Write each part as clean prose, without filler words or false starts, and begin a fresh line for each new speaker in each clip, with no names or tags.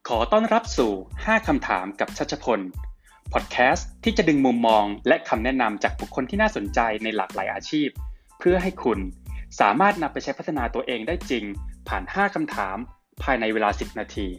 ขอต้อนรับสู่5คำถามกับชัชพลพอดแคสต์ที่จะดึงมุมมองและคำแนะนำจากบุคคลที่น่าสนใจในหลากหลายอาชีพเพื่อให้คุณสามารถนำไปใช้พัฒนาตัวเองได้จริงผ่าน5คำถามภายในเวลา10นาที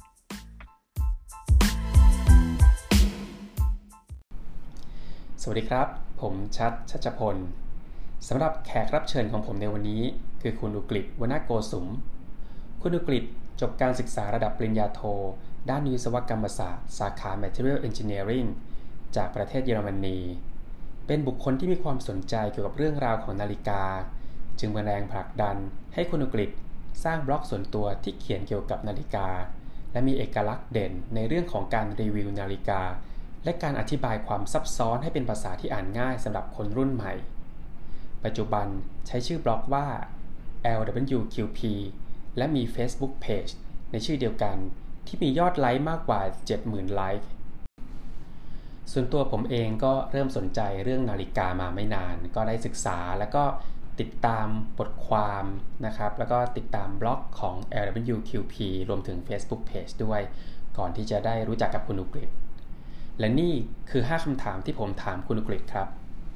สวัสดีครับผมชัชพลสำหรับแขกรับเชิญของผมในวันนี้คือคุณอุกฤษ วณโกสุมคุณอุกฤษจบการศึกษาระดับปริญญาโทด้านวิศวกรรมศาสตร์สาขา Material Engineering จากประเทศเยอรมนีเป็นบุคคลที่มีความสนใจเกี่ยวกับเรื่องราวของนาฬิกาจึงเป็นแรงผลักดันให้คุณอุกฤษสร้างบล็อกส่วนตัวที่เขียนเกี่ยวกับนาฬิกาและมีเอกลักษณ์เด่นในเรื่องของการรีวิวนาฬิกาและการอธิบายความซับซ้อนให้เป็นภาษาที่อ่านง่ายสำหรับคนรุ่นใหม่ปัจจุบันใช้ชื่อบล็อกว่า LWQP และมี Facebook Page ในชื่อเดียวกันที่มียอดไลค์มากกว่า 70,000 ไลค์ส่วนตัวผมเองก็เริ่มสนใจเรื่องนาฬิกามาไม่นานก็ได้ศึกษาแล้วก็ติดตามบทความนะครับแล้วก็ติดตามบล็อกของ LWQP รวมถึง Facebook Page ด้วยก่อนที่จะได้รู้จักกับคุณอุกฤษและนี่คือ5คำถามที่ผมถามคุณอุกฤษครับ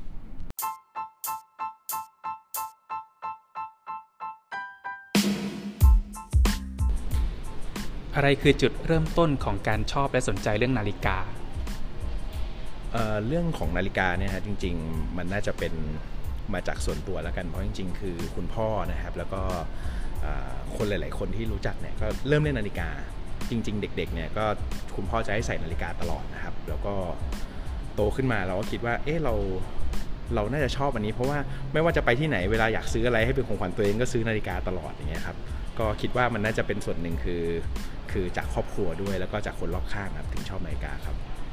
อะไรคือจุดเริ่มต้นของการชอบและสนใจเรื่องนาฬิกา
เรื่องของนาฬิกาเนี่ยฮะจริงๆมันน่าจะเป็นมาจากส่วนตัวแล้วกันเพราะจริงๆคือคุณพ่อนะครับแล้วก็คนหลายๆคนที่รู้จักเนี่ยก็เริ่มเล่นนาฬิกาจริงๆเด็กๆเนี่ยก็คุณพ่อจะให้ใส่นาฬิกาตลอดนะครับแล้วก็โตขึ้นมาเราก็คิดว่าเราน่าจะชอบอันนี้เพราะว่าไม่ว่าจะไปที่ไหนเวลาอยากซื้ออะไรให้เป็นของขวัญตัวเองก็ซื้อนาฬิกาตลอดอย่างเงี้ยครับก็คิดว่ามันน่าจะเป็นส่วนหนึ่งคือจากครอบครัวด้วยแล้วก็จากคนรอบข้างครับถึงชอบนาฬิกาครับ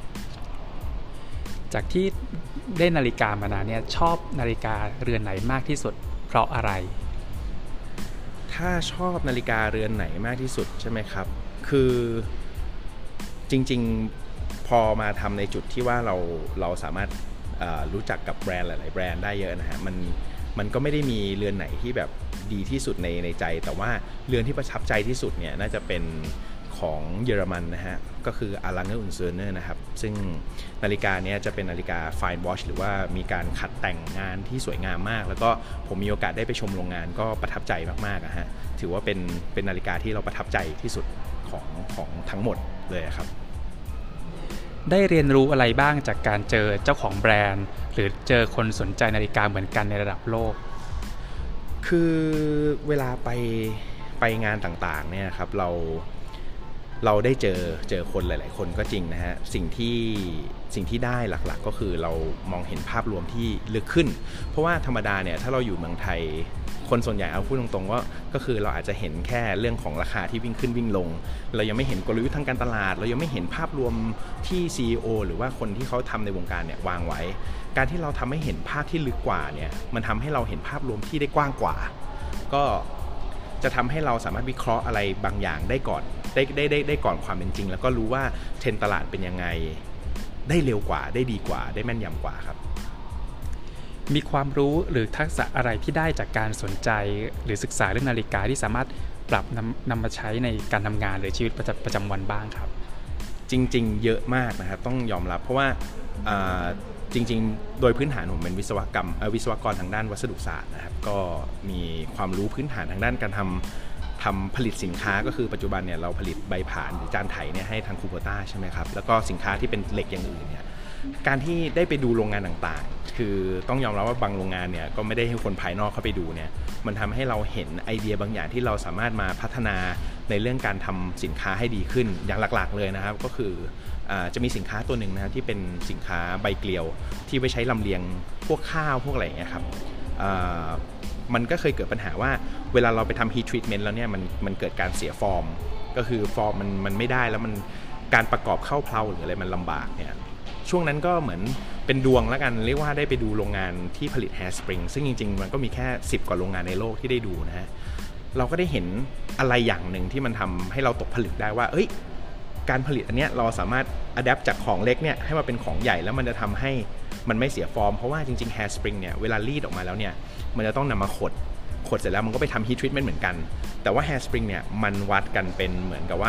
จากที่เล่นนาฬิกามานานเนี่ยชอบนาฬิกาเรือนไหนมากที่สุดเพราะอะไร
ถ้าชอบนาฬิกาเรือนไหนมากที่สุดใช่ไหมครับคือจริงๆพอมาทำในจุดที่ว่าเราสามารถรู้จักกับแบรนด์หลายๆแบรนด์ได้เยอะนะฮะมันก็ไม่ได้มีเรือนไหนที่แบบดีที่สุดในใจแต่ว่าเรือนที่ประทับใจที่สุดเนี่ยน่าจะเป็นของเยอรมันนะฮะก็คือ Lange & Söhne นะครับซึ่งนาฬิกาเนี้ยจะเป็นนาฬิกา Fine Watch หรือว่ามีการขัดแต่งงานที่สวยงามมากแล้วก็ผมมีโอกาสได้ไปชมโรงงานก็ประทับใจมากๆนะฮะถือว่าเป็นนาฬิกาที่เราประทับใจที่สุดของทั้งหมดเลยครับ
ได้เรียนรู้อะไรบ้างจากการเจอเจ้าของแบรนด์หรือเจอคนสนใจนาฬิกาเหมือนกันในระดับโลก
คือเวลาไปงานต่างๆเนี่ยครับเราได้เจอคนหลายๆคนก็จริงนะฮะสิ่งที่ได้หลักๆก็คือเรามองเห็นภาพรวมที่ลึกขึ้นเพราะว่าธรรมดาเนี่ยถ้าเราอยู่เมืองไทยคนส่วนใหญ่เอาพูดตรงๆก็คือเราอาจจะเห็นแค่เรื่องของราคาที่วิ่งขึ้นวิ่งลงเรายังไม่เห็นกลยุทธ์ทางการตลาดเรายังไม่เห็นภาพรวมที่ CEO หรือว่าคนที่เขาทำในวงการเนี่ยวางไว้การที่เราทำให้เห็นภาพที่ลึกกว่าเนี่ยมันทำให้เราเห็นภาพรวมที่ได้กว้างกว่าก็จะทำให้เราสามารถวิเคราะห์อะไรบางอย่างได้ก่อนได้ก่อนความเป็นจริงแล้วก็รู้ว่าเทรนด์ตลาดเป็นยังไงได้เร็วกว่าได้ดีกว่าได้แม่นยำกว่าครับ
มีความรู้หรือทักษะอะไรที่ได้จากการสนใจหรือศึกษาเรื่องนาฬิกาที่สามารถปรับนำมาใช้ในการทำงานหรือชีวิตประจำวันบ้างครับ
จริงๆเยอะมากนะครับต้องยอมรับเพราะว่าจริงๆโดยพื้นฐานผมเป็นวิศวกรทางด้านวัสดุศาสตร์นะครับก็มีความรู้พื้นฐานทางด้านการทำผลิตสินค้าก็คือปัจจุบันเนี่ยเราผลิตใบผ่านหรือจานไถเนี่ยให้ทางคูโบต้าใช่ไหมครับแล้วก็สินค้าที่เป็นเหล็กอย่างอื่นเนี่ยการที่ได้ไปดูโรงงานต่างๆคือต้องยอมรับว่าบางโรงงานเนี่ยก็ไม่ได้ให้คนภายนอกเข้าไปดูเนี่ยมันทำให้เราเห็นไอเดียบางอย่างที่เราสามารถมาพัฒนาในเรื่องการทำสินค้าให้ดีขึ้นอย่างหลักๆเลยนะครับก็คือจะมีสินค้าตัวหนึ่งนะครับที่เป็นสินค้าใบเกลียวที่ไว้ใช้ลำเลียงพวกข้าวพวกอะไรอย่างเงี้ยครับมันก็เคยเกิดปัญหาว่าเวลาเราไปทำ heat treatment แล้วเนี่ยมันเกิดการเสียฟอร์มก็คือฟอร์มมันไม่ได้แล้วมันการประกอบเข้าเพลาหรืออะไรมันลำบากเนี่ยช่วงนั้นก็เหมือนเป็นดวงแล้วกันเรียกว่าได้ไปดูโรงงานที่ผลิต hair spring ซึ่งจริงๆมันก็มีแค่10กว่าโรงงานในโลกที่ได้ดูนะฮะเราก็ได้เห็นอะไรอย่างหนึ่งที่มันทำให้เราตกผลึกได้ว่าการผลิตอันเนี้ยเราสามารถ adapt จากของเล็กเนี่ยให้มาเป็นของใหญ่แล้วมันจะทำให้มันไม่เสียฟอร์มเพราะว่าจริงๆ hair spring เนี่ยเวลารีดออกมาแล้วเนี่ยมันจะต้องนำมาขดเสร็จแล้วมันก็ไปทำ heat treatment เหมือนกันแต่ว่า hair spring เนี่ยมันวัดกันเป็นเหมือนกับว่า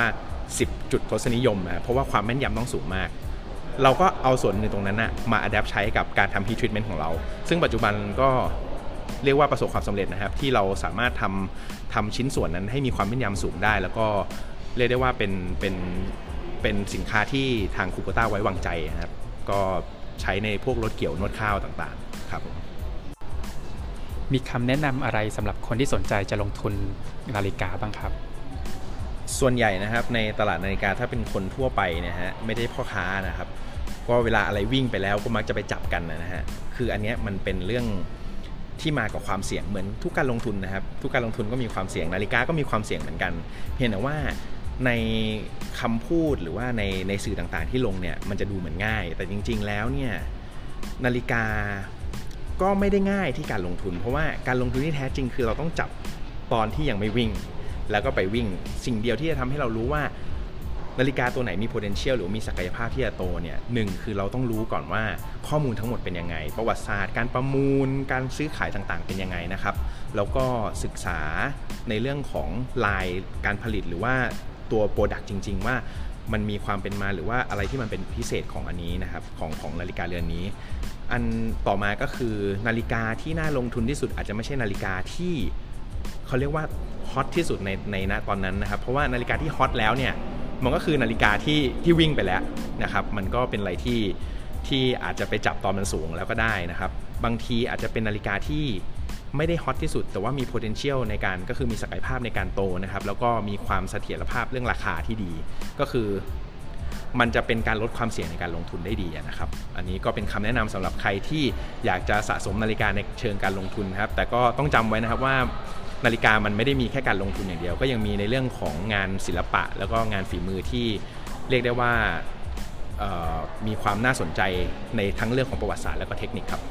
10 จุดทศนิยมนะเพราะว่าความแม่นยำต้องสูงมากเราก็เอาส่วนในตรงนั้นนะมาอัดแอปใช้กับการทำ heat treatment ของเราซึ่งปัจจุบันก็เรียกว่าประสบความสำเร็จนะครับที่เราสามารถทำชิ้นส่วนนั้นให้มีความแม่นยำสูงได้แล้วก็เรียกได้ว่าเป็นสินค้าที่ทางคูโบต้าไว้วางใจนะครับก็ใช้ในพวกรถเกี่ยวนวดข้าวต่างๆครับผม
มีคำแนะนำอะไรสำหรับคนที่สนใจจะลงทุนนาฬิกาบ้างครับ
ส่วนใหญ่นะครับในตลาดนาฬิกาถ้าเป็นคนทั่วไปนะฮะไม่ได้พ่อค้านะครับก็เวลาอะไรวิ่งไปแล้วก็มักจะไปจับกันนะฮะคืออันนี้มันเป็นเรื่องที่มากับความเสี่ยงเหมือนทุกการลงทุนนะครับทุกการลงทุนก็มีความเสี่ยงนาฬิกาก็มีความเสี่ยงเหมือนกันเพียงแต่ว่าในคำพูดหรือว่าในสื่อต่างๆที่ลงเนี่ยมันจะดูเหมือนง่ายแต่จริงๆแล้วเนี่ยนาฬิกาก็ไม่ได้ง่ายที่การลงทุนเพราะว่าการลงทุนที่แท้จริงคือเราต้องจับตอนที่ยังไม่วิ่งแล้วก็ไปวิ่งสิ่งเดียวที่จะทำให้เรารู้ว่านาฬิกาตัวไหนมี potential หรือมีศักยภาพที่จะโตเนี่ย1คือเราต้องรู้ก่อนว่าข้อมูลทั้งหมดเป็นยังไงประวัติศาสตร์การประมูลการซื้อขายต่างๆเป็นยังไงนะครับแล้วก็ศึกษาในเรื่องของลายการผลิตหรือว่าตัว product จริงๆว่ามันมีความเป็นมาหรือว่าอะไรที่มันเป็นพิเศษของอันนี้นะครับของนาฬิกาเรือนนี้อันต่อมาก็คือนาฬิกาที่น่าลงทุนที่สุดอาจจะไม่ใช่นาฬิกาที่เขาเรียกว่าฮอตที่สุดในณตอนนั้นนะครับเพราะว่านาฬิกาที่ฮอตแล้วเนี่ยมันก็คือนาฬิกาที่วิ่งไปแล้วนะครับมันก็เป็นอะไรที่อาจจะไปจับตอนมันสูงแล้วก็ได้นะครับบางทีอาจจะเป็นนาฬิกาที่ไม่ได้ฮอตที่สุดแต่ว่ามี potential ในการก็คือมีศักยภาพในการโตนะครับแล้วก็มีความเสถียรภาพเรื่องราคาที่ดีก็คือมันจะเป็นการลดความเสี่ยงในการลงทุนได้ดีนะครับอันนี้ก็เป็นคำแนะนำสำหรับใครที่อยากจะสะสมนาฬิกาในเชิงการลงทุนครับแต่ก็ต้องจำไว้นะครับว่านาฬิกามันไม่ได้มีแค่การลงทุนอย่างเดียวก็ยังมีในเรื่องของงานศิลปะแล้วก็งานฝีมือที่เรียกได้ว่ามีความน่าสนใจในทั้งเรื่องของประวัติศาสตร์และก็เทคนิคครับ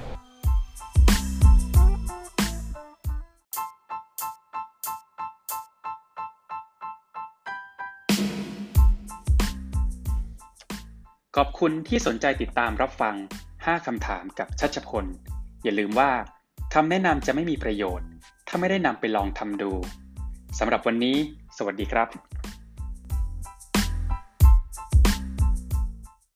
ขอบคุณที่สนใจติดตามรับฟัง5คำถามกับชัชพลอย่าลืมว่าคำแนะนำจะไม่มีประโยชน์ถ้าไม่ได้นำไปลองทำดูสำหรับวันนี้สวัสดีครับ